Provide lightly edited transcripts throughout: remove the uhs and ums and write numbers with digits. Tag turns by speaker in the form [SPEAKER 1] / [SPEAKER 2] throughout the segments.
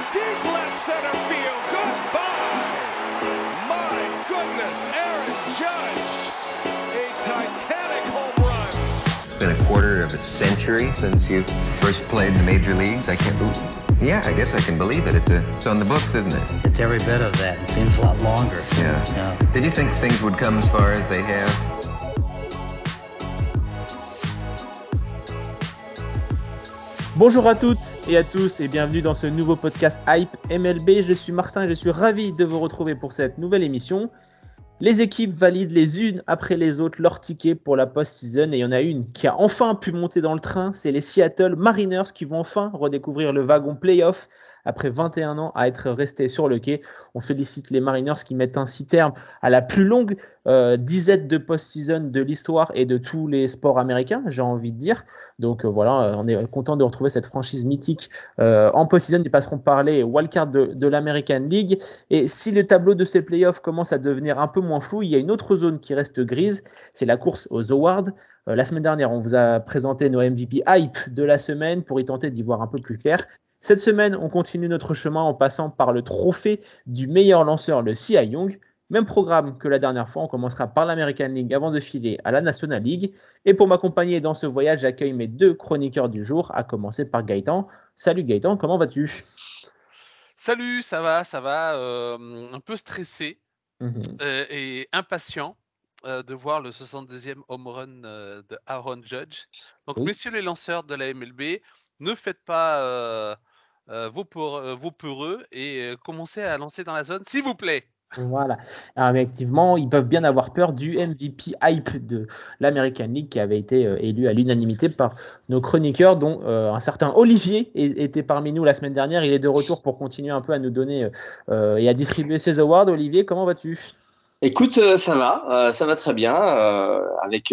[SPEAKER 1] deep left center field. Goodbye. My goodness, Aaron Judge. A titanic home run.
[SPEAKER 2] It's been a quarter of a century since you first played in the major leagues. I can't believe. Yeah, I guess I can believe it. It's on the books, isn't it?
[SPEAKER 3] It's every bit of that. It seems a lot longer.
[SPEAKER 2] Yeah. Did you think things would come as far as they have?
[SPEAKER 4] Bonjour à toutes et à tous et bienvenue dans ce nouveau podcast Hype MLB. Je suis Martin et je suis ravi de vous retrouver pour cette nouvelle émission. Les équipes valident les unes après les autres leur ticket pour la post-season et il y en a une qui a enfin pu monter dans le train, c'est les Seattle Mariners qui vont enfin redécouvrir le wagon playoff après 21 ans à être restés sur le quai. On félicite les Mariners qui mettent ainsi terme à la plus longue disette de post-season de l'histoire et de tous les sports américains, j'ai envie de dire. Donc voilà, on est content de retrouver cette franchise mythique en post-season. Ils passeront parler wildcard de l'American League. Et si le tableau de ces playoffs commence à devenir un peu moins flou, il y a une autre zone qui reste grise, c'est la course aux awards. La semaine dernière, on vous a présenté nos MVP hype de la semaine pour y tenter d'y voir un peu plus clair. Cette semaine, on continue notre chemin en passant par le trophée du meilleur lanceur, le Cy Young. Même programme que la dernière fois, on commencera par l'American League avant de filer à la National League. Et pour m'accompagner dans ce voyage, j'accueille mes deux chroniqueurs du jour, à commencer par Gaëtan. Salut Gaëtan, comment vas-tu ?
[SPEAKER 5] Salut, ça va, un peu stressé et impatient de voir le 62e home run de Aaron Judge. Donc,
[SPEAKER 4] Oui.
[SPEAKER 5] messieurs les lanceurs de la MLB, ne faites pas vos peureux et commencez à lancer dans la zone, s'il vous plaît.
[SPEAKER 4] Voilà. Alors, effectivement, ils peuvent bien avoir peur du MVP hype de l'American League qui avait été élu à l'unanimité par nos chroniqueurs, dont un certain Olivier était parmi nous la semaine dernière. Il est de retour pour continuer un peu à nous donner et à distribuer ses awards. Olivier, comment vas-tu ?
[SPEAKER 6] Écoute, ça va très bien avec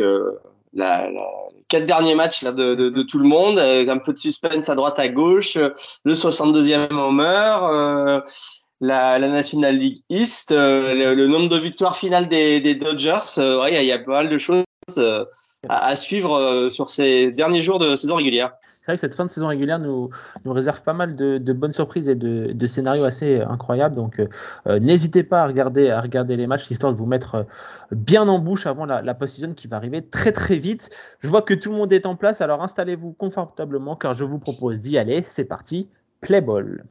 [SPEAKER 6] les 4 derniers matchs là de tout le monde, avec un peu de suspense à droite à gauche, le 62e homer, la National League East, le nombre de victoires finales des Dodgers. Ouais, il y a pas mal de choses à suivre sur ces derniers jours de saison régulière.
[SPEAKER 4] C'est vrai que cette fin de saison régulière nous réserve pas mal de bonnes surprises et de scénarios assez incroyables. Donc, n'hésitez pas à regarder les matchs, histoire de vous mettre bien en bouche avant la post-season qui va arriver très très vite. Je vois que tout le monde est en place, alors installez-vous confortablement car je vous propose d'y aller. C'est parti, play ball.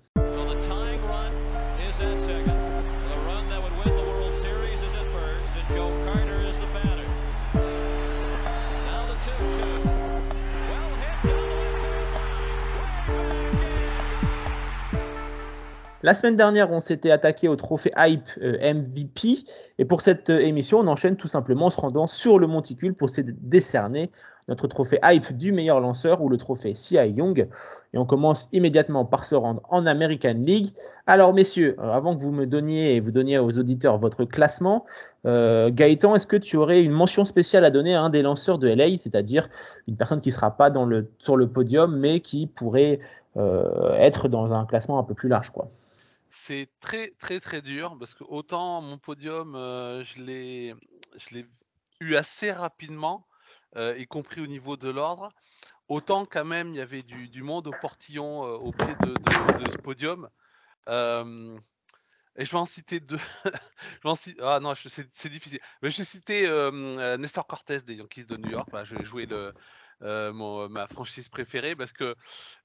[SPEAKER 4] La semaine dernière, on s'était attaqué au trophée Hype MVP et pour cette émission, on enchaîne tout simplement en se rendant sur le monticule pour décerner notre trophée Hype du meilleur lanceur ou le trophée Cy Young. Et on commence immédiatement par se rendre en American League. Alors messieurs, avant que vous me donniez et vous donniez aux auditeurs votre classement, Gaëtan, est-ce que tu aurais une mention spéciale à donner à un des lanceurs de LA, c'est-à-dire une personne qui ne sera pas sur le podium mais qui pourrait être dans un classement un peu plus large, quoi.
[SPEAKER 5] C'est très très très dur parce que autant mon podium, je l'ai eu assez rapidement, y compris au niveau de l'ordre. Autant quand même il y avait du monde au portillon au pied de ce podium. Et je vais en citer deux. Ah non, c'est difficile. Mais je vais citer Nestor Cortés des Yankees de New York. Voilà, je vais jouer ma franchise préférée parce que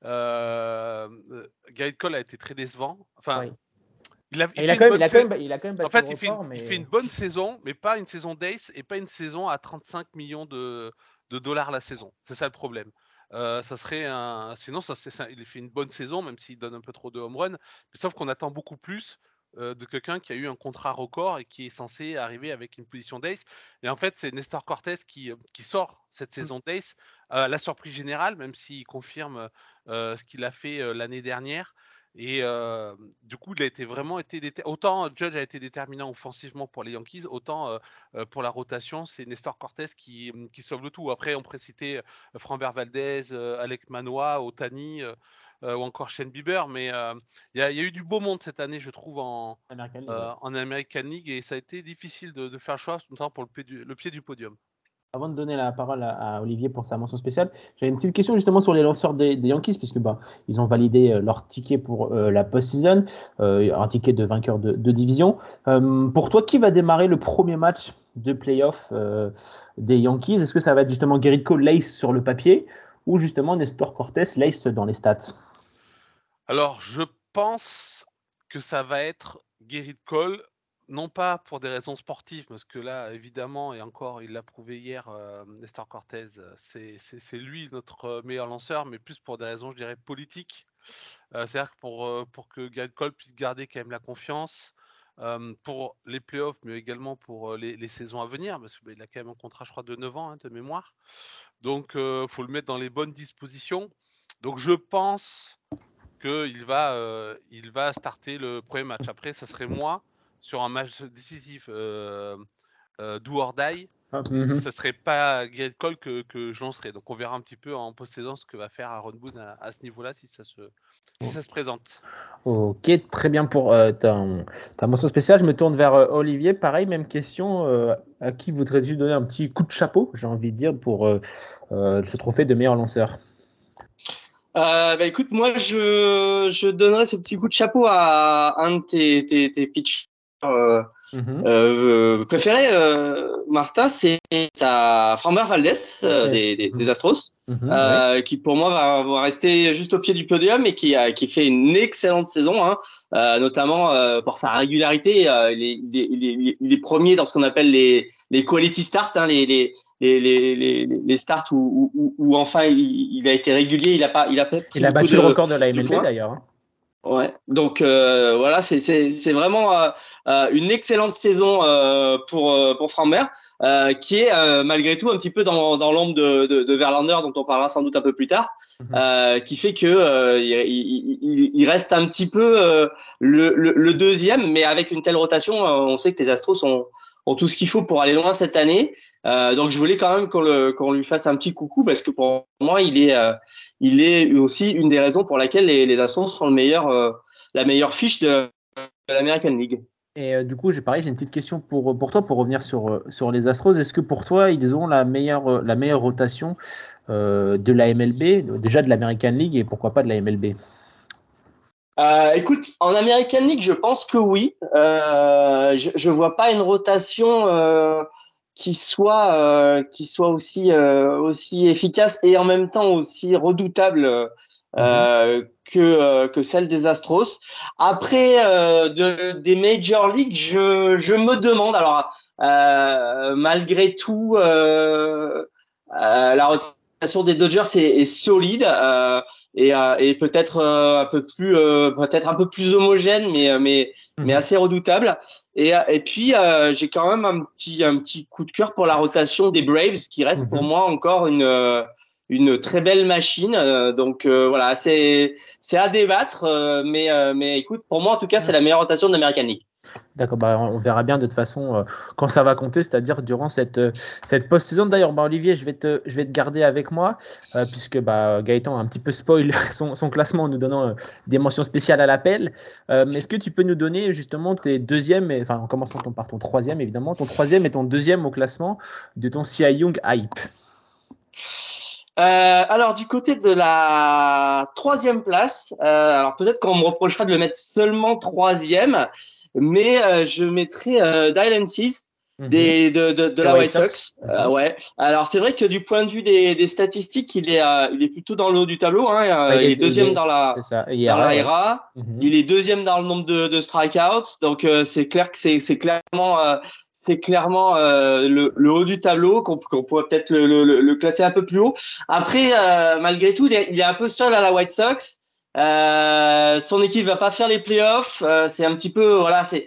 [SPEAKER 5] Garrett Cole a été très décevant. Enfin,
[SPEAKER 4] Oui.
[SPEAKER 5] il
[SPEAKER 4] Il
[SPEAKER 5] fait
[SPEAKER 4] a
[SPEAKER 5] une
[SPEAKER 4] quand
[SPEAKER 5] bonne
[SPEAKER 4] même
[SPEAKER 5] En
[SPEAKER 4] battu le
[SPEAKER 5] fait,
[SPEAKER 4] record,
[SPEAKER 5] il
[SPEAKER 4] mais
[SPEAKER 5] fait une bonne saison, mais pas une saison d'Ace et pas une saison à 35 millions de dollars la saison. C'est ça le problème. Ça serait sinon, il fait une bonne saison, même s'il donne un peu trop de home run. Mais sauf qu'on attend beaucoup plus de quelqu'un qui a eu un contrat record et qui est censé arriver avec une position d'Ace. Et en fait, c'est Nestor Cortés qui sort cette saison d'Ace. La surprise générale, même s'il confirme ce qu'il a fait l'année dernière. Et du coup, il a été vraiment autant Judge a été déterminant offensivement pour les Yankees, autant pour la rotation, c'est Nestor Cortés qui sauve le tout. Après, on pourrait citer Framber Valdez, Alek Manoah, Ohtani ou encore Shane Bieber, mais il y a eu du beau monde cette année, je trouve, en
[SPEAKER 4] American League, ouais.
[SPEAKER 5] American League, et ça a été difficile de faire le choix, notamment pour le pied du podium.
[SPEAKER 4] Avant de donner la parole à Olivier pour sa mention spéciale, j'avais une petite question justement sur les lanceurs des Yankees, puisque ils ont validé leur ticket pour la post-season, un ticket de vainqueur de division. Pour toi, qui va démarrer le premier match de playoff des Yankees? Est-ce que ça va être justement Gerrit Cole, l'ace sur le papier, ou justement Nestor Cortés, l'ace dans les stats?
[SPEAKER 5] Alors, je pense que ça va être Gerrit Cole, non pas pour des raisons sportives, parce que là, évidemment, et encore, il l'a prouvé hier, Nestor Cortés, c'est lui notre meilleur lanceur, mais plus pour des raisons, je dirais, politiques. C'est-à-dire que pour que Gerrit Cole puisse garder quand même la confiance pour les playoffs, mais également pour les saisons à venir, parce qu'il a quand même un contrat, je crois, de 9 ans de mémoire. Donc, faut le mettre dans les bonnes dispositions. Donc, je pense il va starter le premier match. Après, ça serait moi sur un match décisif do or die. Ça serait pas Gerrit Cole que je lancerais. Donc on verra un petit peu en post-saison ce que va faire Aaron Boone à ce niveau-là si ça se présente.
[SPEAKER 4] Ok, très bien pour ta mention spéciale. Je me tourne vers Olivier. Pareil, même question. À qui voudrais-tu donner un petit coup de chapeau, j'ai envie de dire, pour ce trophée de meilleur lanceur?
[SPEAKER 6] Écoute, moi je donnerais ce petit coup de chapeau à un de tes pitchers préférés, Martin, c'est à Framber Valdez des Astros,
[SPEAKER 4] Ouais.
[SPEAKER 6] qui pour moi va rester juste au pied du podium et qui fait une excellente saison, hein, notamment pour sa régularité. Il est premier dans ce qu'on appelle les quality starts, hein, les starts où enfin il a été régulier, il a pas pris
[SPEAKER 4] Il a
[SPEAKER 6] beaucoup
[SPEAKER 4] battu le record de la
[SPEAKER 6] de
[SPEAKER 4] MLB
[SPEAKER 6] points.
[SPEAKER 4] d'ailleurs. Hein.
[SPEAKER 6] Ouais, donc voilà, c'est vraiment une excellente saison pour Framber, qui est malgré tout un petit peu dans l'ombre de Verlander, dont on parlera sans doute un peu plus tard, qui fait que il reste un petit peu le deuxième, mais avec une telle rotation, on sait que les Astros ont tout ce qu'il faut pour aller loin cette année. Donc je voulais quand même qu'on lui fasse un petit coucou parce que pour moi il est aussi une des raisons pour laquelle les Astros sont la meilleure fiche de l'American League.
[SPEAKER 4] Et du coup, j'ai une petite question pour toi, pour revenir sur les Astros. Est-ce que pour toi, ils ont la meilleure rotation de la MLB, déjà de l'American League et pourquoi pas de la MLB?
[SPEAKER 6] Écoute, en American League, je pense que oui. Je vois pas une rotation qui soit aussi efficace et en même temps aussi redoutable que celle des Astros. Après des Major League, je me demande. Alors malgré tout, la rotation des Dodgers est solide. Et peut-être peut-être un peu plus homogène mais assez redoutable et puis j'ai quand même un petit coup de cœur pour la rotation des Braves qui reste pour moi encore une très belle machine donc voilà c'est à débattre mais écoute pour moi en tout cas c'est la meilleure rotation de l'American League.
[SPEAKER 4] D'accord, on verra bien de toute façon quand ça va compter, c'est-à-dire durant cette post-saison. D'ailleurs, Olivier, je vais te garder avec moi, puisque Gaëtan a un petit peu spoil son classement en nous donnant des mentions spéciales à l'appel. Est-ce que tu peux nous donner justement tes deuxièmes, enfin en commençant par ton troisième évidemment, ton troisième et ton deuxième au classement de ton Cy Young hype?
[SPEAKER 6] Alors du côté de la troisième place, alors peut-être qu'on me reprochera de le mettre seulement troisième, mais je mettrai Dylan Cease de la White Sox. Ouais. Alors c'est vrai que du point de vue des statistiques, il est plutôt dans le haut du tableau. Hein. Il est deuxième dans la ERA. Il est deuxième dans le nombre de strikeouts. Donc c'est clair que c'est clairement le haut du tableau qu'on pourrait peut-être le classer un peu plus haut. Après, malgré tout, il est un peu seul à la White Sox. Son équipe va pas faire les playoffs. C'est un petit peu,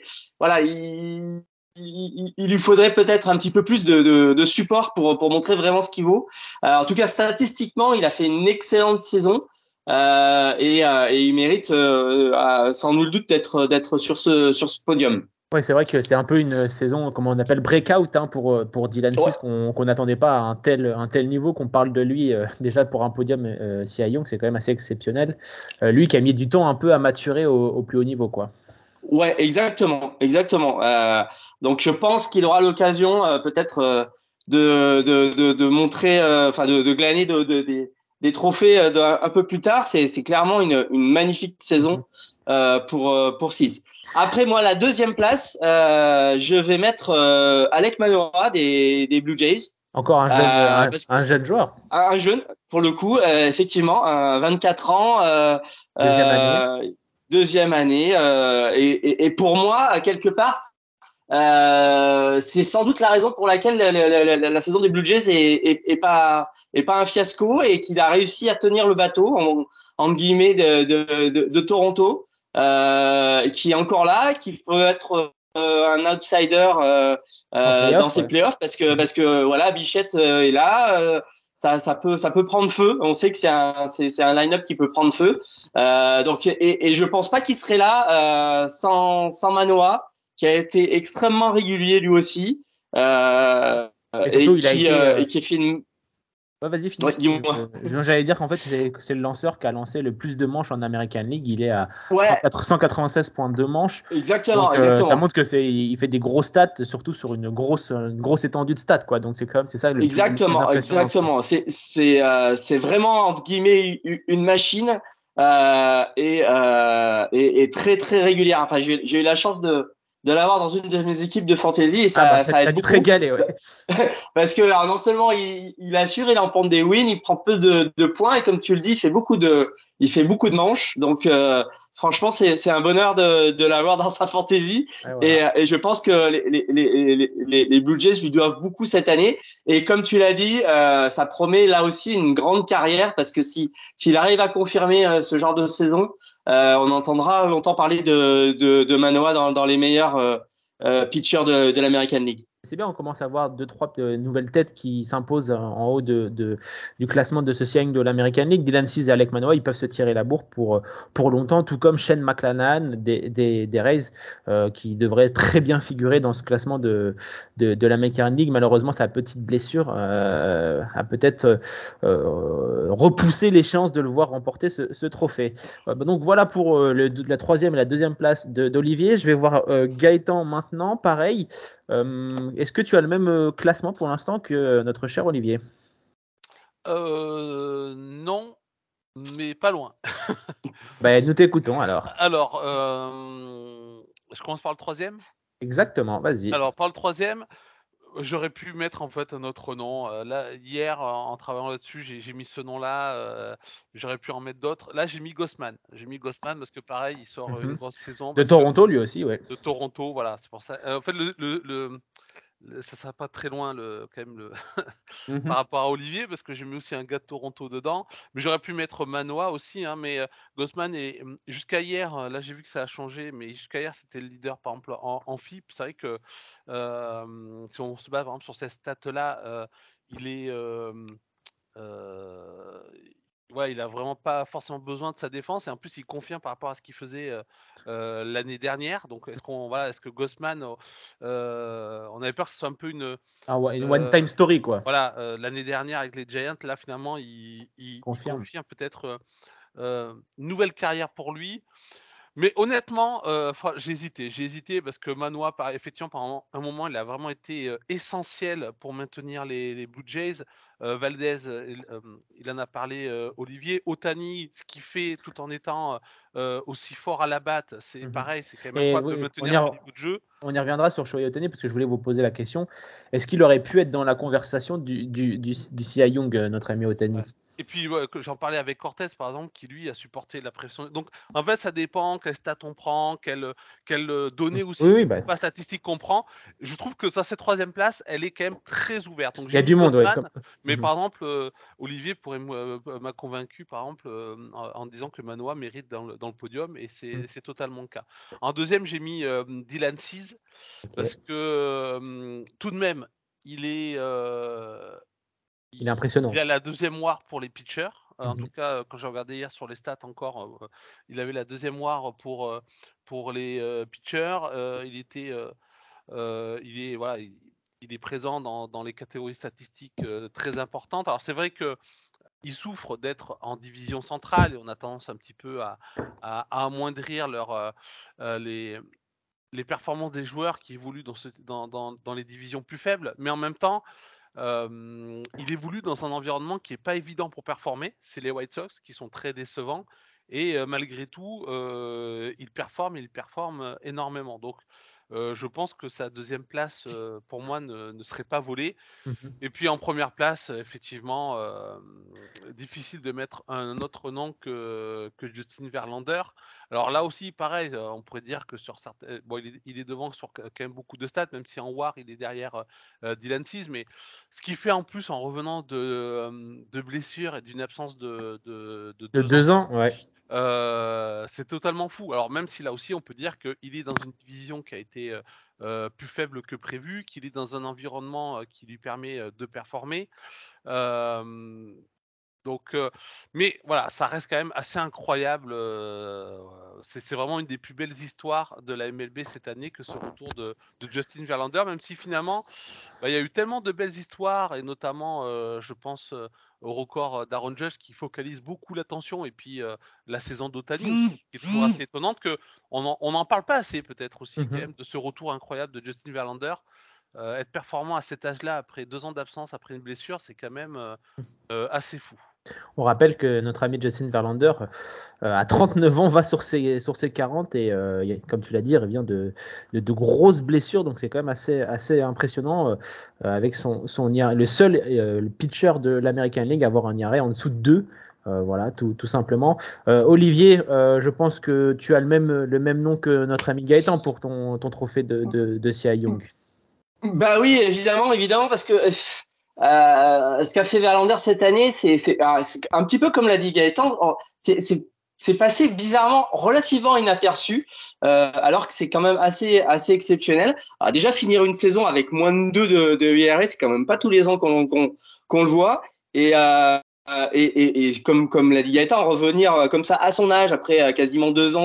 [SPEAKER 6] il lui faudrait peut-être un petit peu plus de support pour montrer vraiment ce qu'il vaut. En tout cas, statistiquement, il a fait une excellente saison et il mérite sans nul doute d'être sur ce podium.
[SPEAKER 4] Ouais, c'est vrai que c'est un peu une saison, comme on appelle, breakout pour Dylan Cease, qu'on n'attendait pas à un tel niveau, qu'on parle de lui déjà pour un podium Cy Young, c'est quand même assez exceptionnel. Lui qui a mis du temps un peu à maturer au plus haut niveau, quoi.
[SPEAKER 6] Ouais, exactement. Donc je pense qu'il aura l'occasion peut-être de montrer, enfin de glaner des trophées un peu plus tard. C'est clairement une magnifique saison pour 6. Après moi, la deuxième place, je vais mettre Alek Manoah des Blue Jays.
[SPEAKER 4] Encore un jeune joueur.
[SPEAKER 6] Un jeune, pour le coup, effectivement, 24 ans,
[SPEAKER 4] Deuxième année.
[SPEAKER 6] deuxième année, et pour moi, quelque part, c'est sans doute la raison pour laquelle la saison des Blue Jays est pas un fiasco et qu'il a réussi à tenir le bateau en guillemets de Toronto, qui est encore là, qui peut être un outsider dans ces playoffs parce que voilà, Bichette est là. Ça peut prendre feu. On sait que c'est un line-up qui peut prendre feu. Donc et je pense pas qu'il serait là sans Manoah, qui a été extrêmement régulier lui aussi,
[SPEAKER 4] Et surtout,
[SPEAKER 6] et qui fait une...
[SPEAKER 4] Ouais, vas-y, finis.
[SPEAKER 6] Ouais, dis-moi.
[SPEAKER 4] J'allais dire qu'en fait, c'est le lanceur qui a lancé le plus de manches en American League. Il est à
[SPEAKER 6] Ouais,
[SPEAKER 4] 196,2 manches.
[SPEAKER 6] exactement,
[SPEAKER 4] Donc,
[SPEAKER 6] exactement.
[SPEAKER 4] ça montre que il fait des grosses stats, surtout sur une grosse étendue de stats, quoi. Donc, c'est ça le plus impressionnant.
[SPEAKER 6] Exactement. C'est vraiment entre guillemets une machine, et très très régulière. Enfin, j'ai eu la chance de l'avoir dans une de mes équipes de fantasy et ça
[SPEAKER 4] T'as
[SPEAKER 6] aide
[SPEAKER 4] dû te
[SPEAKER 6] beaucoup.
[SPEAKER 4] régaler, ouais.
[SPEAKER 6] Parce que alors, non seulement il assure, il emporte des wins, il prend peu de points et comme tu le dis, il fait beaucoup de manches. Donc franchement, c'est un bonheur de l'avoir dans sa fantasy.
[SPEAKER 4] Ouais, voilà.
[SPEAKER 6] Et je pense que les Blue Jays lui doivent beaucoup cette année. Et comme tu l'as dit, ça promet là aussi une grande carrière parce que s'il arrive à confirmer ce genre de saison, on entendra longtemps parler de Manoah dans les meilleurs pitchers de l'American League.
[SPEAKER 4] C'est bien, on commence à voir 2-3 nouvelles têtes qui s'imposent en haut du classement de ce siège de l'American League. Dylan Cease et Alek Manoah, ils peuvent se tirer la bourre pour longtemps, tout comme Shane McClanahan des Rays, qui devrait très bien figurer dans ce classement de l'American League. Malheureusement, sa petite blessure a peut-être repoussé les chances de le voir remporter ce trophée. Donc voilà pour la troisième et la deuxième place d'Olivier. Je vais voir Gaëtan maintenant, pareil. Est-ce que tu as le même classement pour l'instant que notre cher Olivier?
[SPEAKER 5] Non, mais pas loin.
[SPEAKER 4] Nous t'écoutons alors.
[SPEAKER 5] Alors, je commence par le troisième.
[SPEAKER 4] Exactement, vas-y.
[SPEAKER 5] Alors, par le troisième, j'aurais pu mettre en fait un autre nom. Là, hier, en travaillant là-dessus, j'ai mis ce nom-là. J'aurais pu en mettre d'autres. Là, j'ai mis Gossman. J'ai mis Gossman parce que pareil, il sort une grosse saison.
[SPEAKER 4] De
[SPEAKER 5] Parce que
[SPEAKER 4] Toronto, lui aussi, ouais.
[SPEAKER 5] de Toronto, voilà, c'est pour ça. En fait, ça sera pas très loin quand même par rapport à Olivier parce que j'ai mis aussi un gars de Toronto dedans. Mais j'aurais pu mettre Manoah aussi, hein, mais Gossman est jusqu'à hier. Là, j'ai vu que ça a changé, mais jusqu'à hier, c'était le leader par exemple en FIP. C'est vrai que si on se base par exemple sur ces stats-là, il est euh, ouais, il a vraiment pas forcément besoin de sa défense et en plus il confirme par rapport à ce qu'il faisait l'année dernière. Donc est-ce que Gossman, on avait peur que ce soit un peu une
[SPEAKER 4] one-time story, quoi.
[SPEAKER 5] voilà, l'année dernière avec les Giants, là finalement il
[SPEAKER 4] Confirme.
[SPEAKER 5] confirme peut-être une nouvelle carrière pour lui. Mais honnêtement, j'ai hésité parce que Manoah, effectivement, pendant un moment, il a vraiment été essentiel pour maintenir les Blue Jays. Valdez, il en a parlé, Olivier. Ohtani, ce qu'il fait tout en étant aussi fort à la batte, c'est pareil, c'est quand même
[SPEAKER 4] Et
[SPEAKER 5] incroyable de
[SPEAKER 4] oui,
[SPEAKER 5] maintenir ce niveau de jeu.
[SPEAKER 4] on y reviendra sur Shohei Ohtani parce que je voulais vous poser la question. Est-ce qu'il aurait pu être dans la conversation du Cy Young, notre ami Ohtani?
[SPEAKER 5] Ouais. Et puis, que j'en parlais avec Cortez, par exemple, qui lui a supporté la pression. Donc, en fait, ça dépend quel stat on prend, quelle donnée
[SPEAKER 4] Oui,
[SPEAKER 5] aussi,
[SPEAKER 4] oui,
[SPEAKER 5] pas statistique qu'on prend. Je trouve que cette troisième place, elle est quand même très ouverte. Donc,
[SPEAKER 4] il y
[SPEAKER 5] j'ai
[SPEAKER 4] a
[SPEAKER 5] mis
[SPEAKER 4] du monde, ouais.
[SPEAKER 5] Gossman, mais par exemple, Olivier m'a convaincu, par exemple, en disant que Manoah mérite dans le podium, et c'est totalement le cas. En deuxième, j'ai mis Dylan Cease, parce que tout de même, il est.
[SPEAKER 4] Il est impressionnant.
[SPEAKER 5] Il a la deuxième WAR pour les pitchers. En tout cas, quand j'ai regardé hier sur les stats encore, il avait la deuxième WAR pour les pitchers. Voilà, il est présent dans les catégories statistiques très importantes. Alors c'est vrai que il souffre d'être en division centrale et on a tendance un petit peu à amoindrir les performances des joueurs qui évoluent dans les divisions plus faibles. Mais en même temps, Il évolue dans un environnement qui est pas évident pour performer. C'est les White Sox qui sont très décevants. Et malgré tout, il performe énormément. Donc, je pense que sa deuxième place, pour moi, ne serait pas volée.
[SPEAKER 4] Mhm.
[SPEAKER 5] Et puis en première place, effectivement, difficile de mettre un autre nom que Justin Verlander. Alors là aussi, pareil, on pourrait dire que sur certains, bon, il est devant sur quand même beaucoup de stats, même si en WAR il est derrière Dylan Cease. Mais ce qu'il fait en plus en revenant de blessure et d'une absence de
[SPEAKER 4] De
[SPEAKER 5] 2 ans,
[SPEAKER 4] 2 ans, ouais.
[SPEAKER 5] c'est totalement fou. Alors même si là aussi on peut dire qu'il est dans une division qui a été plus faible que prévu, qu'il est dans un environnement qui lui permet de performer. Euh, donc, mais voilà, ça reste quand même assez incroyable. C'est vraiment une des plus belles histoires de la MLB cette année que ce retour de Justin Verlander, même si finalement, il y a eu tellement de belles histoires, et notamment, je pense au record d'Aaron Judge qui focalise beaucoup l'attention, et puis la saison d'Ohtani aussi, qui est toujours assez étonnante, que on en parle pas assez peut-être aussi quand
[SPEAKER 4] Mhm.
[SPEAKER 5] même de ce retour incroyable de Justin Verlander. Être performant à cet âge-là, après 2 ans d'absence, après une blessure, c'est quand même assez fou.
[SPEAKER 4] On rappelle que notre ami Justin Verlander, à 39 ans, va sur ses 40 et comme tu l'as dit, il revient de grosses blessures, donc c'est quand même assez impressionnant avec son IRA, le seul le pitcher de l'American League à avoir un IRA en dessous de 2. Voilà, tout simplement. Olivier, je pense que tu as le même nom que notre ami Gaëtan pour ton trophée de Cy Young.
[SPEAKER 6] Bah oui, évidemment, parce que ce qu'a fait Verlander cette année, c'est un petit peu comme l'a dit Gaëtan, c'est passé bizarrement, relativement inaperçu, alors que c'est quand même assez exceptionnel. Alors déjà finir une saison avec moins de 2 de ERA, c'est quand même pas tous les ans qu'on le voit, et et comme l'a dit Gaëtan, revenir comme ça à son âge après quasiment 2 ans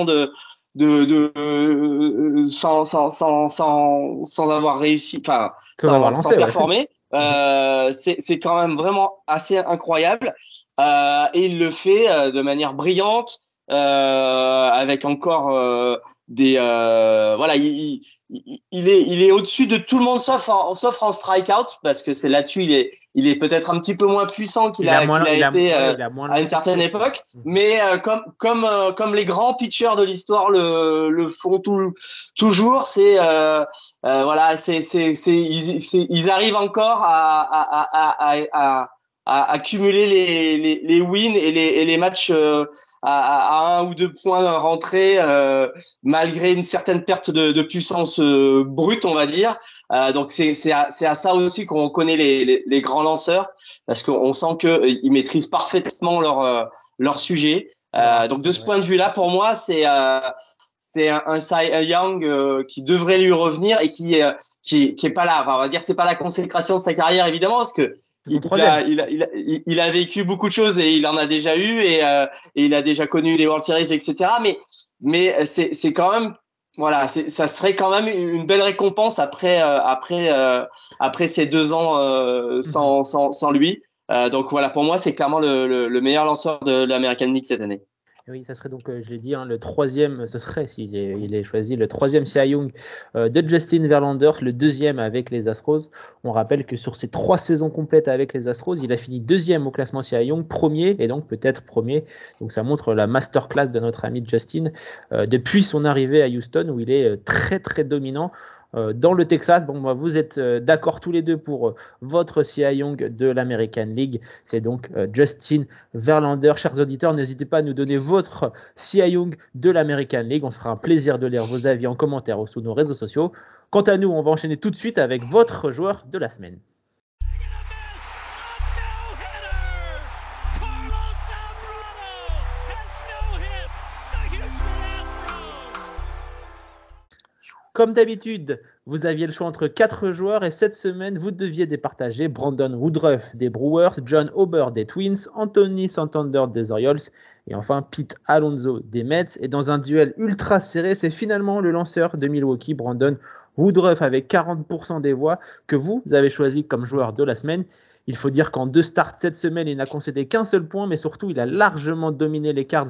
[SPEAKER 6] sans avoir réussi, enfin
[SPEAKER 4] Sans avoir
[SPEAKER 6] sans
[SPEAKER 4] lancé, ouais.
[SPEAKER 6] performer. C'est quand même vraiment assez incroyable, et il le fait de manière brillante, avec encore voilà, il est au-dessus de tout le monde sauf en strikeout, parce que c'est là-dessus il est peut-être un petit peu moins puissant qu'il a été
[SPEAKER 4] Il a moins
[SPEAKER 6] à une
[SPEAKER 4] lancé.
[SPEAKER 6] certaine époque, mais comme les grands pitchers de l'histoire le font toujours, voilà, ils arrivent encore à cumuler les wins et les matchs à 1 ou 2 points rentrés, malgré une certaine perte de puissance brute, on va dire. Donc c'est à ça aussi qu'on connaît les grands lanceurs, parce qu'on sent que ils maîtrisent parfaitement leur sujet. Donc de ce point de vue-là, pour moi, c'est un Cy Young qui devrait lui revenir, et qui est pas là. Enfin, on va dire que c'est pas la consécration de sa carrière, évidemment, parce que
[SPEAKER 4] C'est ton troisième.
[SPEAKER 6] il a vécu beaucoup de choses, et il en a déjà eu, et il a déjà connu les World Series, etc. Mais c'est quand même, voilà, ça serait quand même une belle récompense après ces 2 ans sans lui. Donc voilà, pour moi, c'est clairement le meilleur lanceur de l'American League cette année.
[SPEAKER 4] Oui, ça serait donc, je l'ai dit, le troisième, ce serait, il est choisi, le troisième Cy Young de Justin Verlander, le deuxième avec les Astros. On rappelle que sur ses 3 saisons complètes avec les Astros, il a fini deuxième au classement Cy Young, premier, et donc peut-être premier. Donc ça montre la masterclass de notre ami Justin depuis son arrivée à Houston, où il est très très dominant. Dans le Texas, bon, bah, vous êtes d'accord tous les deux pour votre Cy Young de l'American League. C'est donc Justin Verlander. Chers auditeurs, n'hésitez pas à nous donner votre Cy Young de l'American League. On se fera un plaisir de lire vos avis en commentaire ou sous nos réseaux sociaux. Quant à nous, on va enchaîner tout de suite avec votre joueur de la semaine. Comme d'habitude, vous aviez le choix entre 4 joueurs, et cette semaine, vous deviez départager Brandon Woodruff des Brewers, John Ober des Twins, Anthony Santander des Orioles et enfin Pete Alonso des Mets. Et dans un duel ultra serré, c'est finalement le lanceur de Milwaukee, Brandon Woodruff, avec 40% des voix, que vous avez choisi comme joueur de la semaine. Il faut dire qu'en 2 starts cette semaine, il n'a concédé qu'un seul point, mais surtout, il a largement dominé les Cards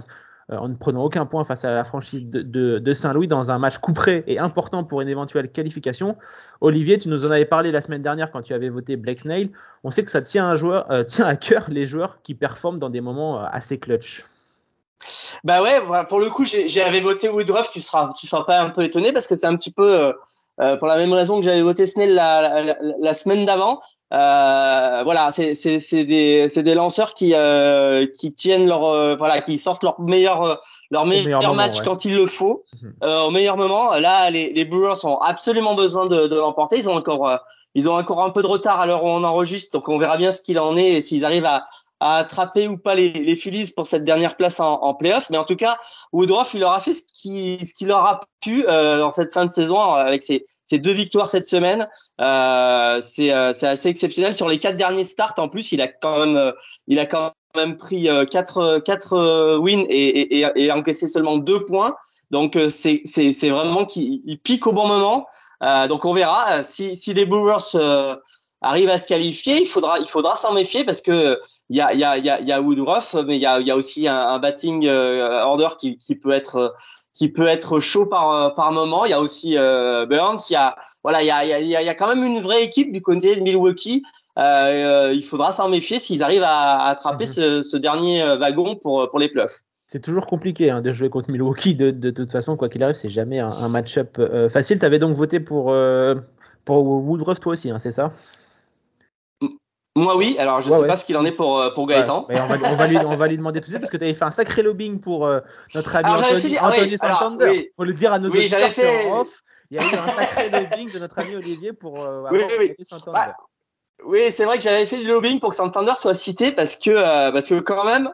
[SPEAKER 4] en ne prenant aucun point face à la franchise de Saint-Louis dans un match couperé et important pour une éventuelle qualification. Olivier, tu nous en avais parlé la semaine dernière quand tu avais voté Blake Snell. On sait que ça tient à cœur les joueurs qui performent dans des moments assez clutch.
[SPEAKER 6] Bah ouais, voilà, pour le coup, j'avais voté Woodruff, tu seras pas un peu étonné parce que c'est un petit peu pour la même raison que j'avais voté Snell la semaine d'avant. Voilà, c'est des lanceurs qui tiennent voilà, qui sortent leur meilleur
[SPEAKER 4] moment,
[SPEAKER 6] match
[SPEAKER 4] ouais.
[SPEAKER 6] quand il le faut, au meilleur moment. Là, les Brewers ont absolument besoin de l'emporter. Ils ont encore un peu de retard à l'heure où on enregistre, donc on verra bien ce qu'il en est et s'ils arrivent à attraper ou pas les Phillies pour cette dernière place en playoff. Mais en tout cas, Woodruff, il aura fait ce qu'il aura pu dans cette fin de saison avec ses 2 victoires cette semaine. C'est assez exceptionnel. Sur les 4 derniers starts, en plus, il a quand même pris 4 wins et encaissé seulement 2 points. Donc c'est vraiment qu'il pique au bon moment. Donc on verra si les Brewers arrivent à se qualifier, il faudra s'en méfier parce que il y a Woodruff, mais il y a aussi un batting order qui peut être chaud par moment. Il y a aussi Burns. Il y a quand même une vraie équipe du côté de Milwaukee. Il faudra s'en méfier s'ils arrivent à attraper ce dernier wagon pour les playoffs.
[SPEAKER 4] C'est toujours compliqué de jouer contre Milwaukee. De toute façon, quoi qu'il arrive, c'est jamais un match-up facile. Tu avais donc voté pour Woodruff, toi aussi, c'est ça?
[SPEAKER 6] Moi oui, alors je sais pas ce qu'il en est pour Gaëtan.
[SPEAKER 4] Ouais, on va lui demander tout de suite parce que tu avais fait un sacré lobbying pour notre ami
[SPEAKER 6] alors
[SPEAKER 4] Anthony Santander.
[SPEAKER 6] oui,
[SPEAKER 4] Faut le dire à nos
[SPEAKER 6] oui,
[SPEAKER 4] auditeurs qu'en
[SPEAKER 6] fait
[SPEAKER 4] off, il y a eu un sacré lobbying de notre ami Olivier pour
[SPEAKER 6] oui,
[SPEAKER 4] avoir
[SPEAKER 6] oui.
[SPEAKER 4] Anthony Santander.
[SPEAKER 6] Oui, c'est vrai que j'avais fait du lobbying pour que Santander soit cité parce que quand même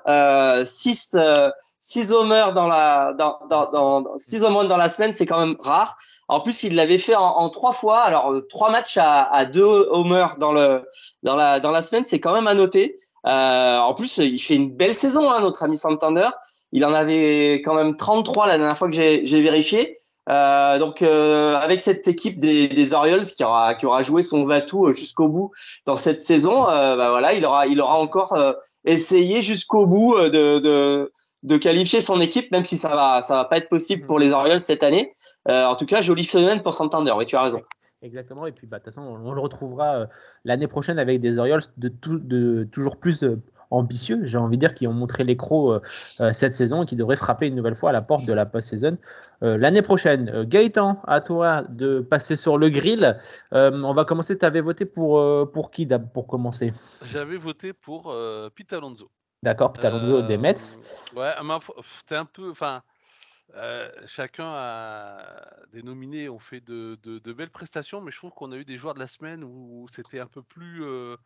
[SPEAKER 6] 6 homers dans la dans 6 home runs dans la semaine, c'est quand même rare. En plus, il l'avait fait en 3 fois. Alors 3 matchs à 2 homers dans la semaine, c'est quand même à noter. En plus, il fait une belle saison notre ami Santander. Il en avait quand même 33 la dernière fois que j'ai vérifié. Donc avec cette équipe des Orioles qui aura joué son va-tout jusqu'au bout dans cette saison, bah voilà, il aura encore essayé jusqu'au bout de qualifier son équipe, même si ça va pas être possible pour les Orioles cette année. En tout cas, jolie semaine pour Santander. Oui, tu as raison.
[SPEAKER 4] Exactement. Et puis, de toute façon, on le retrouvera l'année prochaine avec des Orioles de toujours plus ambitieux, j'ai envie de dire, qui ont montré les crocs cette saison et qui devraient frapper une nouvelle fois à la porte de la post-saison l'année prochaine. Gaëtan, à toi de passer sur le grill. On va commencer. Tu avais voté pour qui pour commencer?
[SPEAKER 5] J'avais voté pour Pete Alonso.
[SPEAKER 4] D'accord, Pete Alonso des Mets.
[SPEAKER 5] Ouais, c'était un peu. Enfin, chacun des nominés ont fait de belles prestations, mais je trouve qu'on a eu des joueurs de la semaine où c'était un peu plus.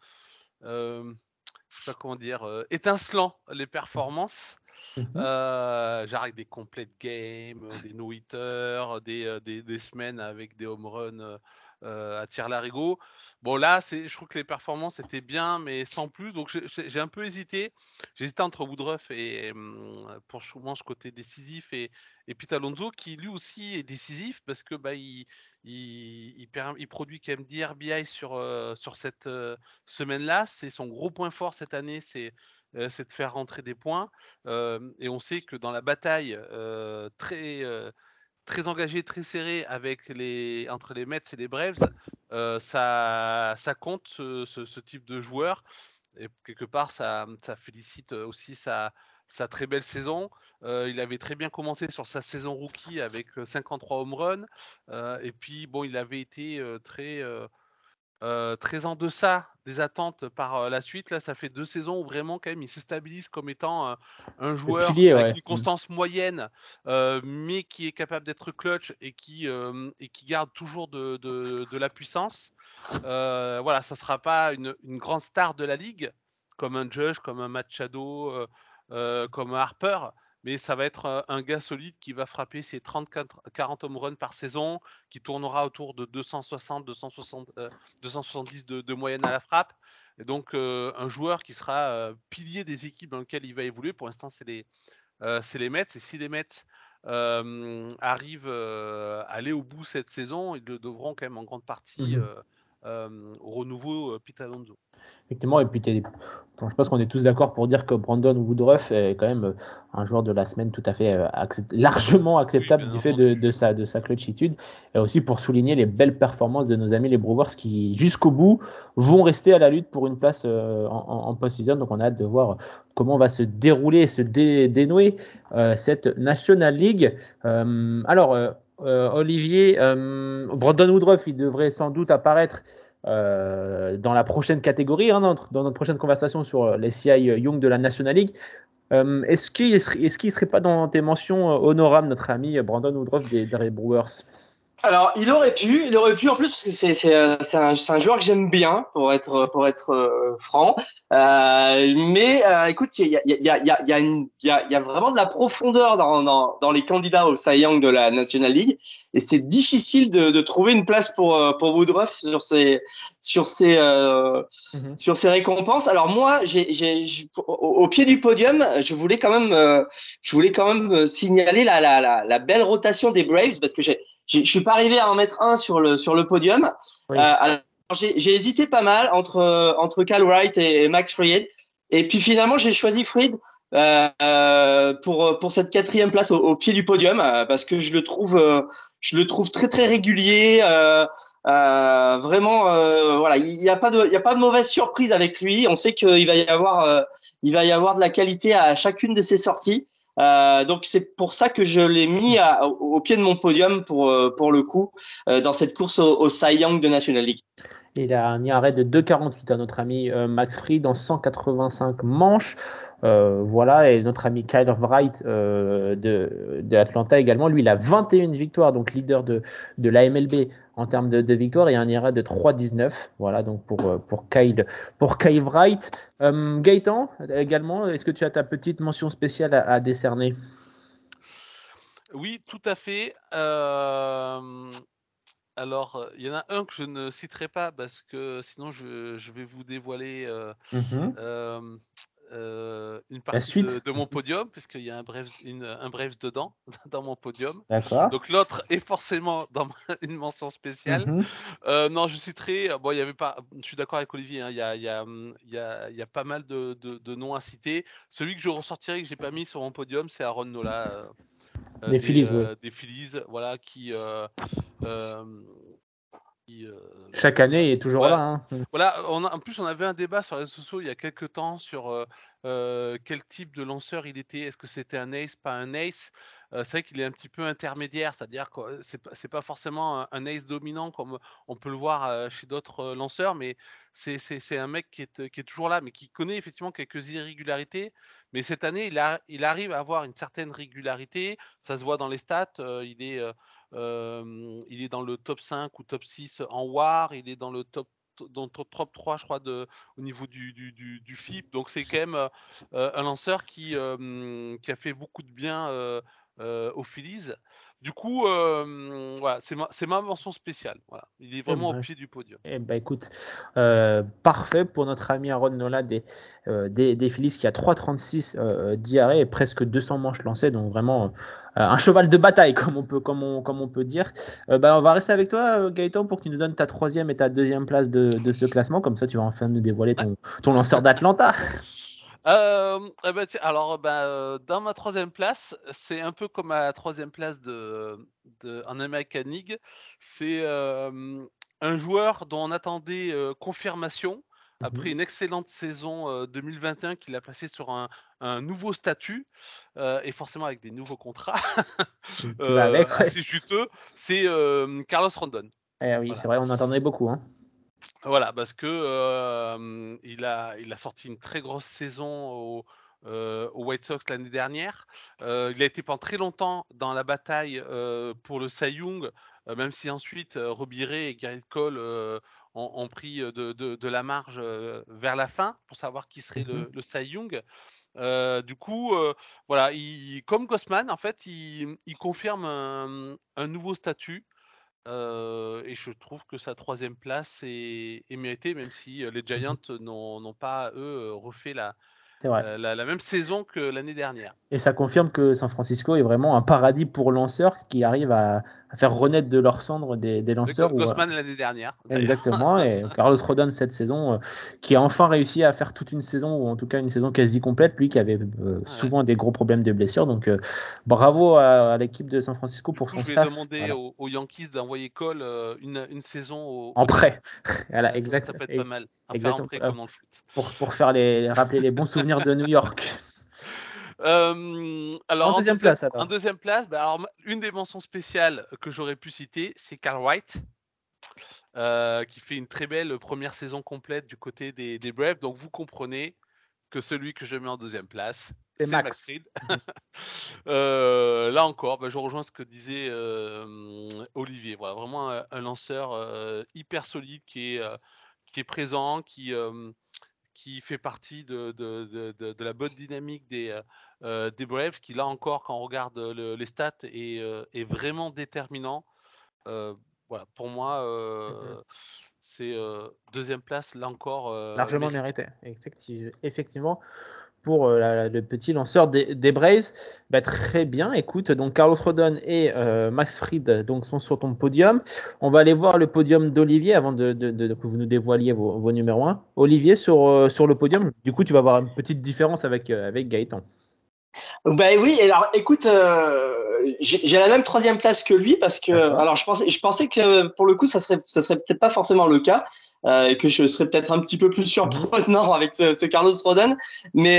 [SPEAKER 5] Je sais pas comment dire, étincelant les performances. Genre avec des complete games, des no-hitters, des semaines avec des home runs à tir larigot. Bon là, je trouve que les performances étaient bien, mais sans plus. Donc j'ai un peu hésité. J'hésitais entre Woodruff et pour souvent ce côté décisif et Pete Alonso qui lui aussi est décisif parce que bah il produit quand même 10 RBI sur cette semaine-là. C'est son gros point fort cette année, c'est de faire rentrer des points. Et on sait que dans la bataille très engagée, très serrée entre les Mets et les Braves, ça compte ce type de joueur. Et quelque part, ça félicite aussi sa très belle saison. Il avait très bien commencé sur sa saison rookie avec 53 home runs. Et puis, bon, il avait été très en deçà des attentes par la suite. Là, ça fait 2 saisons où vraiment, quand même, il se stabilise comme étant un
[SPEAKER 4] Le
[SPEAKER 5] joueur
[SPEAKER 4] pilier,
[SPEAKER 5] avec
[SPEAKER 4] ouais.
[SPEAKER 5] une constance moyenne, mais qui est capable d'être clutch et qui garde toujours de la puissance. Voilà, ça sera pas une grande star de la ligue, comme un Judge, comme un Machado, comme un Harper, mais ça va être un gars solide qui va frapper ses 30-40 home runs par saison, qui tournera autour de 270 de moyenne à la frappe. Et donc un joueur qui sera pilier des équipes dans lesquelles il va évoluer. Pour l'instant, c'est les Mets. Et si les Mets arrivent à aller au bout cette saison, ils devront quand même en grande partie au renouveau Pete Alonso.
[SPEAKER 4] Effectivement, et puis je pense qu'on est tous d'accord pour dire que Brandon Woodruff est quand même un joueur de la semaine tout à fait largement acceptable
[SPEAKER 5] bien
[SPEAKER 4] du fait
[SPEAKER 5] entendu.
[SPEAKER 4] de sa clutchitude, et aussi pour souligner les belles performances de nos amis les Brewers qui, jusqu'au bout, vont rester à la lutte pour une place en post-season. Donc on a hâte de voir comment va se dérouler et se dénouer cette National League. Olivier, Brandon Woodruff, il devrait sans doute apparaître dans la prochaine catégorie, dans notre prochaine conversation sur les CI Young de la National League. Est-ce qu'il serait pas dans tes mentions honorables, notre ami Brandon Woodruff des Brewers?
[SPEAKER 6] Alors, il aurait pu en plus parce que c'est un joueur que j'aime bien pour être franc. Mais écoute, il y a vraiment de la profondeur dans les candidats au Cy Young de la National League et c'est difficile de trouver une place pour Woodruff sur ces récompenses. Alors moi, au pied du podium, je voulais quand même signaler la belle rotation des Braves parce que je suis pas arrivé à en mettre un sur le podium.
[SPEAKER 4] Oui.
[SPEAKER 6] Alors j'ai hésité pas mal entre Cal Wright et Max Fried. Et puis finalement j'ai choisi Fried pour cette 4e place au pied du podium parce que je le trouve très très régulier. Vraiment, voilà, il y a pas de mauvaise surprise avec lui. On sait qu'il va y avoir de la qualité à chacune de ses sorties. Donc c'est pour ça que je l'ai mis au pied de mon podium pour le coup dans cette course au Cy Young de National League.
[SPEAKER 4] Il a un arrêt de 2,48 à notre ami Max Fried dans 185 manches. Voilà, et notre ami Kyle Wright de Atlanta également, lui il a 21 victoires, donc leader de la MLB en termes de victoires, et un IRA de 3,19. Voilà, donc pour Kyle Wright. Gaëtan, également, est-ce que tu as ta petite mention spéciale à décerner?
[SPEAKER 5] Oui, tout à fait. Alors, il y en a un que je ne citerai pas parce que sinon je vais vous dévoiler euh, une
[SPEAKER 4] La
[SPEAKER 5] partie
[SPEAKER 4] suite,
[SPEAKER 5] de mon podium, puisqu'il y a un Braves dedans, dans mon podium.
[SPEAKER 4] d'accord.
[SPEAKER 5] Donc l'autre est forcément dans une mention spéciale. Non, je citerai, bon, il y avait pas, je suis d'accord avec Olivier, hein, il y a pas mal de noms à citer. Celui que je ressortirai, que j'ai pas mis sur mon podium, c'est Aaron Nola.
[SPEAKER 4] Des Phillies, oui.
[SPEAKER 5] Des Phillies, voilà, euh, qui,
[SPEAKER 4] Chaque année, il est toujours
[SPEAKER 5] ouais,
[SPEAKER 4] là. Hein.
[SPEAKER 5] voilà, en plus, on avait un débat sur les réseaux sociaux il y a quelques temps sur quel type de lanceur il était. Est-ce que c'était un ace, pas un ace? C'est vrai qu'il est un petit peu intermédiaire, c'est-à-dire que c'est pas forcément un ace dominant comme on peut le voir chez d'autres lanceurs, mais c'est un mec qui est toujours là, mais qui connaît effectivement quelques irrégularités. Mais cette année, il arrive à avoir une certaine régularité. Ça se voit dans les stats. Il est dans le top 5 ou top 6 en WAR, il est dans le top 3, je crois, au niveau du FIP. Donc c'est quand même un lanceur qui a fait beaucoup de bien aux Phillies. Du coup, voilà, c'est ma mention spéciale. Voilà. Il est vraiment au pied du podium.
[SPEAKER 4] Eh ben, écoute, parfait pour notre ami Aaron Nola des Phillies qui a 3,36 d'IRA et presque 200 manches lancées, donc vraiment un cheval de bataille comme on peut dire. On va rester avec toi Gaëtan pour que tu nous donnes ta 3e et ta 2e place de ce classement, comme ça tu vas enfin nous dévoiler ton lanceur d'Atlanta.
[SPEAKER 5] Alors, dans ma 3e place, c'est un peu comme ma 3e place en American League. C'est un joueur dont on attendait confirmation après une excellente saison 2021 qu'il a passé sur un nouveau statut et forcément avec des nouveaux contrats
[SPEAKER 4] Qui va avec, ouais.
[SPEAKER 5] assez juteux. C'est Carlos Rondon.
[SPEAKER 4] Eh oui,
[SPEAKER 5] Voilà.
[SPEAKER 4] c'est vrai, on entendait beaucoup. Hein.
[SPEAKER 5] Voilà, parce que il a sorti une très grosse saison au White Sox l'année dernière. Il a été pendant très longtemps dans la bataille pour le Cy Young, même si ensuite Robbie Ray et Garrett Cole ont pris de la marge vers la fin pour savoir qui serait le Cy Young. Du coup, voilà, comme Gossman, en fait, il confirme un nouveau statut. Et je trouve que sa 3e place est méritée, même si les Giants n'ont pas, eux, refait
[SPEAKER 4] C'est vrai.
[SPEAKER 5] La même saison que l'année dernière.
[SPEAKER 4] Et ça confirme que San Francisco est vraiment un paradis pour lanceurs qui arrivent à faire renaître de leurs cendres des lanceurs.
[SPEAKER 5] Gossman l'année dernière.
[SPEAKER 4] Exactement. Et Carlos Rodon cette saison, qui a enfin réussi à faire toute une saison, ou en tout cas une saison quasi complète, lui qui avait souvent des gros problèmes de blessures. Donc bravo à l'équipe de San Francisco pour son
[SPEAKER 5] Je vais
[SPEAKER 4] staff.
[SPEAKER 5] demander aux Yankees d'envoyer Cole une saison
[SPEAKER 4] en prêt.
[SPEAKER 5] Voilà, ça peut être pas mal. Faire en prêt comme dans le foot.
[SPEAKER 4] Pour rappeler les bons souvenirs de New York.
[SPEAKER 5] Alors
[SPEAKER 4] en deuxième place,
[SPEAKER 5] alors, une des mentions spéciales que j'aurais pu citer, c'est Carl White, qui fait une très belle première saison complète du côté des Braves. Donc vous comprenez que celui que je mets en deuxième place, c'est Max Fried. Là encore, je rejoins ce que disait Olivier. Voilà, vraiment un lanceur hyper solide qui est présent, qui fait partie de la bonne dynamique des Braves, qui là encore, quand on regarde les stats, est vraiment déterminant. Voilà, pour moi, c'est deuxième place, là encore.
[SPEAKER 4] Largement mérité, effectivement, pour le petit lanceur des Braves. Très bien, écoute, donc Carlos Rodon et Max Fried donc, sont sur ton podium. On va aller voir le podium d'Olivier avant que vous nous dévoiliez vos numéros 1. Olivier, sur le podium, du coup, tu vas avoir une petite différence avec Gaëtan.
[SPEAKER 6] Oui, alors écoute, j'ai la même troisième place que lui parce que, alors je pensais que pour le coup ça serait peut-être pas forcément le cas, et que je serais peut-être un petit peu plus surprenant avec ce Carlos Rodon, mais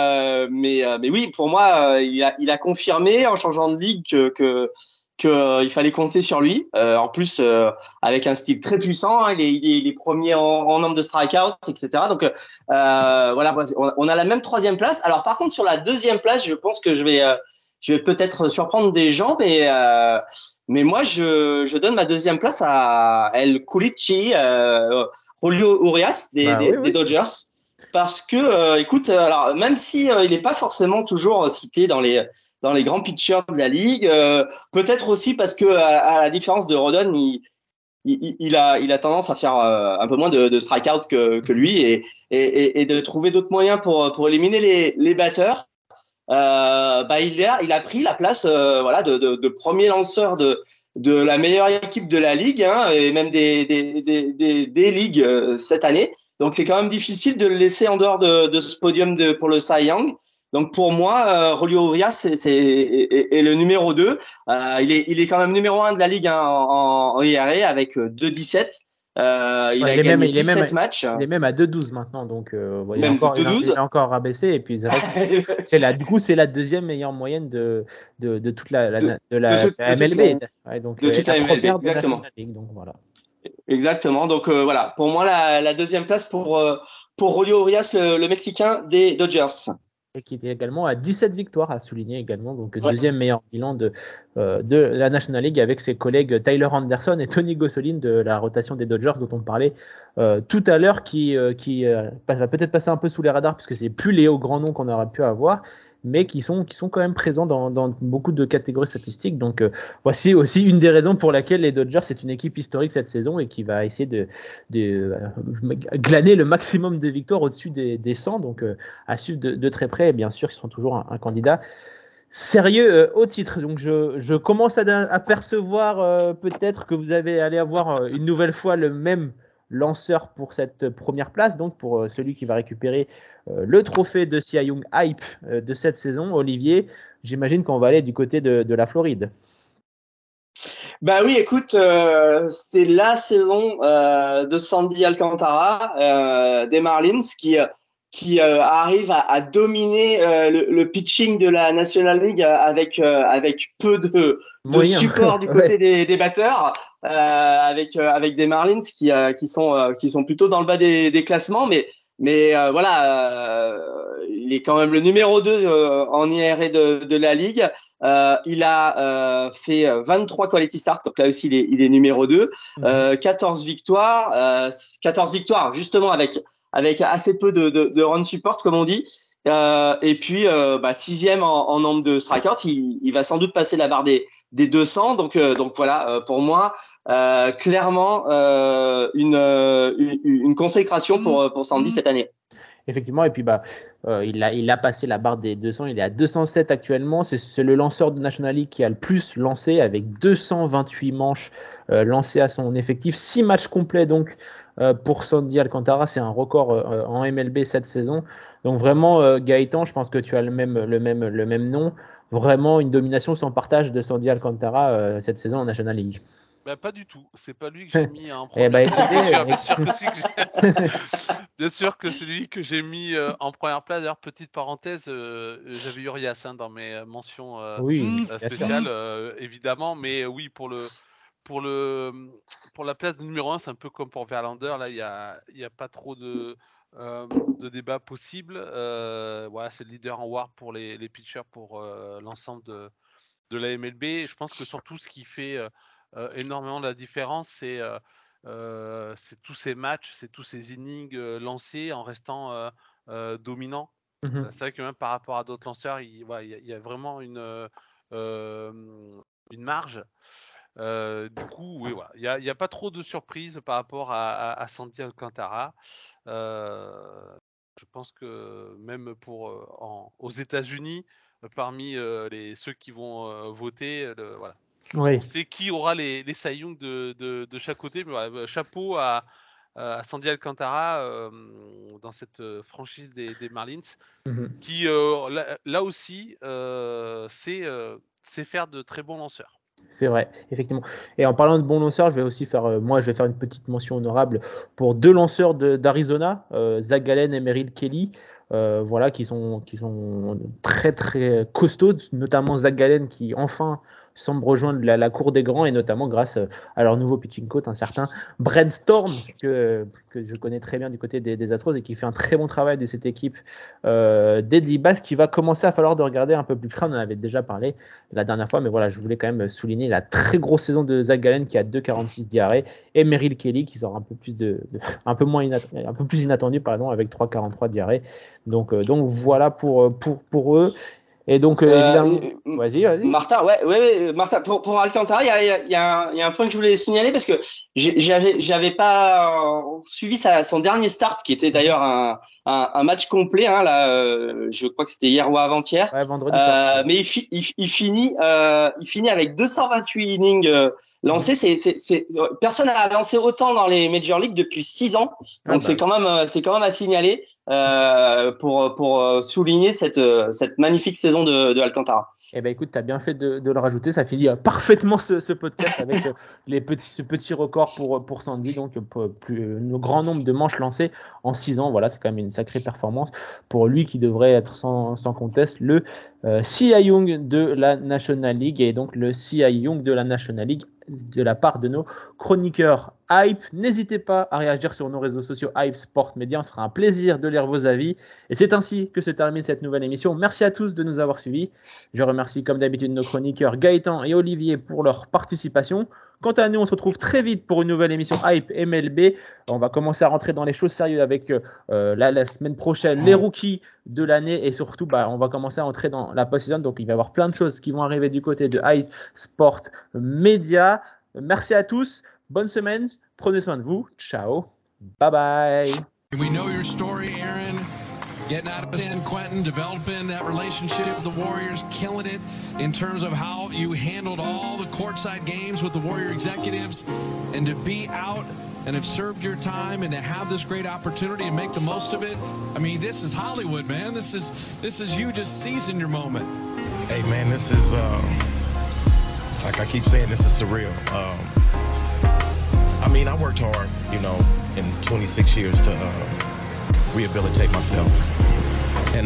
[SPEAKER 6] oui, pour moi il a confirmé en changeant de ligue que il fallait compter sur lui. En plus, avec un style très puissant, hein, il est premier en nombre de strikeouts, etc. Donc voilà, on a la même troisième place. Alors par contre sur la deuxième place, je pense que je vais peut-être surprendre des gens, mais moi je donne ma deuxième place à El Culichi, Julio Urias des Dodgers, parce que écoute, alors même si il n'est pas forcément toujours cité dans les grands pitchers de la ligue, peut-être aussi parce que à la différence de Rodon, il a tendance à faire un peu moins de strikeout que lui et de trouver d'autres moyens pour éliminer les batteurs. Il a pris la place voilà de premier lanceur de la meilleure équipe de la ligue, hein, et même des ligues cette année. Donc c'est quand même difficile de le laisser en dehors de ce podium pour le Cy Young. Donc pour moi, Julio Urias est le numéro 2. Il est quand même numéro 1 de la ligue, hein, en ERA avec 2,17. Il a gagné 17 matchs.
[SPEAKER 4] Il est même à 2,12 maintenant, donc il a encore rabaissé. Et puis du coup, c'est la deuxième meilleure moyenne de toute la MLB.
[SPEAKER 6] De toute la MLB, exactement.
[SPEAKER 4] National League, donc voilà.
[SPEAKER 6] Exactement. Donc voilà, pour moi la deuxième place pour Julio Urias, le Mexicain des Dodgers.
[SPEAKER 4] Et qui était également à 17 victoires, à souligner également, donc deuxième meilleur bilan de la National League avec ses collègues Tyler Anderson et Tony Gonsolin de la rotation des Dodgers dont on parlait tout à l'heure, qui va peut-être passer un peu sous les radars puisque c'est plus les hauts grands noms qu'on aurait pu avoir, mais qui sont quand même présents dans beaucoup de catégories statistiques. Donc voici aussi une des raisons pour laquelle les Dodgers c'est une équipe historique cette saison et qui va essayer de glaner le maximum de victoires au-dessus des 100. Donc à suivre de très près, et bien sûr ils sont toujours un candidat sérieux au titre. Donc je commence à percevoir peut-être que vous allez avoir une nouvelle fois le même lanceur pour cette première place, donc pour celui qui va récupérer le trophée de Cy Young Hype de cette saison. Olivier, j'imagine qu'on va aller du côté de la Floride.
[SPEAKER 6] Oui, écoute, c'est la saison de Sandy Alcantara des Marlins qui arrive à dominer le pitching de la National League avec peu de support du côté des batteurs, avec des Marlins qui sont plutôt dans le bas des classements, mais voilà, il est quand même le numéro 2 en IRA de la ligue. Il a fait 23 quality starts, donc là aussi il est numéro 2, 14 victoires, 14 victoires justement avec assez peu de run support comme on dit, et puis sixième en nombre de strikeouts. Il va sans doute passer la barre des 200, donc voilà, pour moi clairement une consécration pour Sandy cette année.
[SPEAKER 4] Effectivement, et puis il a passé la barre des 200, il est à 207 actuellement. C'est le lanceur de National League qui a le plus lancé, avec 228 manches lancées à son effectif, 6 matchs complets donc pour Sandy Alcantara. C'est un record en MLB cette saison. Donc vraiment, Gaëtan, je pense que tu as le même nom. Vraiment une domination sans partage de Sandy Alcantara cette saison en National League.
[SPEAKER 5] Bah, pas du tout. C'est pas lui que j'ai mis en
[SPEAKER 4] Eh
[SPEAKER 5] première
[SPEAKER 4] ben,
[SPEAKER 5] place.
[SPEAKER 4] écoutez,
[SPEAKER 5] Bien sûr que c'est lui que j'ai mis en première place. D'ailleurs, petite parenthèse, j'avais Urias dans mes mentions
[SPEAKER 4] oui, bien sûr.
[SPEAKER 5] spéciales, évidemment. Mais oui, pour la place de numéro 1, c'est un peu comme pour Verlander. Là, il y a pas trop de débat possible. Voilà, c'est le leader en WAR pour les pitchers pour l'ensemble de la MLB. Et je pense que surtout ce qui fait énormément la différence, c'est tous ces matchs, c'est tous ces innings lancés en restant dominant.
[SPEAKER 4] Mhm.
[SPEAKER 5] C'est vrai que même par rapport à d'autres lanceurs, il y a vraiment une marge. Du coup, oui, voilà. Il y a pas trop de surprises par rapport à Sandy Alcantara. Je pense que même aux États-Unis, parmi ceux qui vont voter, voilà.
[SPEAKER 4] Oui.
[SPEAKER 5] On sait qui aura les Cy Young de chaque côté. Mais voilà, chapeau à Sandy Alcantara dans cette franchise des Marlins,
[SPEAKER 4] Mhm.
[SPEAKER 5] qui là aussi sait faire de très bons lanceurs.
[SPEAKER 4] C'est vrai, effectivement. Et en parlant de bons lanceurs, je vais faire une petite mention honorable pour 2 lanceurs d'Arizona, Zach Gallen et Merrill Kelly, voilà, qui sont très très costauds, notamment Zach Gallen qui enfin semble rejoindre la cour des grands, et notamment grâce à leur nouveau pitching coach, un certain Brent Storm, que je connais très bien du côté des Astros, et qui fait un très bon travail de cette équipe Deadly Bass, qui va commencer à falloir de regarder un peu plus près. On en avait déjà parlé la dernière fois, mais voilà, je voulais quand même souligner la très grosse saison de Zach Gallen qui a 2,46 d'IRA, et Merrill Kelly qui sort un peu plus inattendu, pardon, avec 3,43 d'IRA. Donc voilà pour eux. Et donc évidemment, vas-y.
[SPEAKER 6] Martin, ouais, Martin, pour Alcantara, il y a un point que je voulais signaler, parce que j'avais pas suivi son dernier start, qui était d'ailleurs un match complet, hein, là, je crois que c'était hier ou avant-hier.
[SPEAKER 4] Ouais, vendredi soir.
[SPEAKER 6] Mais il finit avec 228 innings lancés. Personne n'a lancé autant dans les Major League depuis 6 ans. Donc c'est quand même à signaler. Pour souligner cette magnifique saison de Alcantara.
[SPEAKER 4] Eh ben écoute, tu as bien fait de le rajouter, ça finit parfaitement ce podcast avec ce petit record pour Sandy, donc un grand nombre de manches lancées en 6 ans. Voilà, c'est quand même une sacrée performance pour lui, qui devrait être sans conteste le Cy Young de la National League, et donc le Cy Young de la National League de la part de nos chroniqueurs Hype. N'hésitez pas à réagir sur nos réseaux sociaux Hype Sport Media, on se fera un plaisir de lire vos avis. Et c'est ainsi que se termine cette nouvelle émission. Merci à tous de nous avoir suivis. Je remercie comme d'habitude nos chroniqueurs Gaëtan et Olivier pour leur participation. Quant à nous, on se retrouve très vite pour une nouvelle émission Hype MLB. On va commencer à rentrer dans les choses sérieuses avec la semaine prochaine les rookies de l'année, et surtout on va commencer à entrer dans la post-season. Donc il va y avoir plein de choses qui vont arriver du côté de Hype Sport Media. Merci à tous, bonne semaine, prenez soin de vous, ciao, bye bye.
[SPEAKER 7] We know your story, Aaron. Getting out of San Quentin, developing that relationship with the Warriors, killing it in terms of how you handled all the courtside games with the Warrior executives, and to be out and have served your time and to have this great opportunity and make the most of it. I mean, this is Hollywood, man. This is you just seizing your moment.
[SPEAKER 8] Hey, man, this is like I keep saying, this is surreal. I mean, I worked hard, in 26 years to rehabilitate myself. And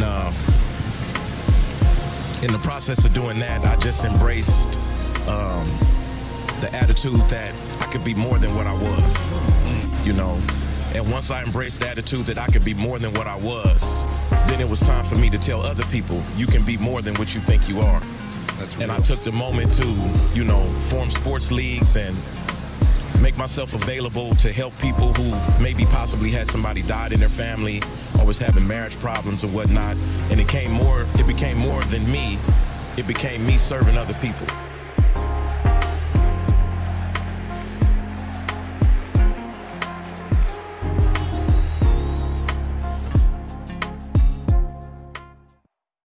[SPEAKER 8] in the process of doing that, I just embraced the attitude that I could be more than what I was, And once I embraced the attitude that I could be more than what I was, then it was time for me to tell other people, you can be more than what you think you are. And I took the moment to, form sports leagues and make myself available to help people who maybe possibly had somebody died in their family or was having marriage problems or whatnot. And it became more than me. It became me serving other people.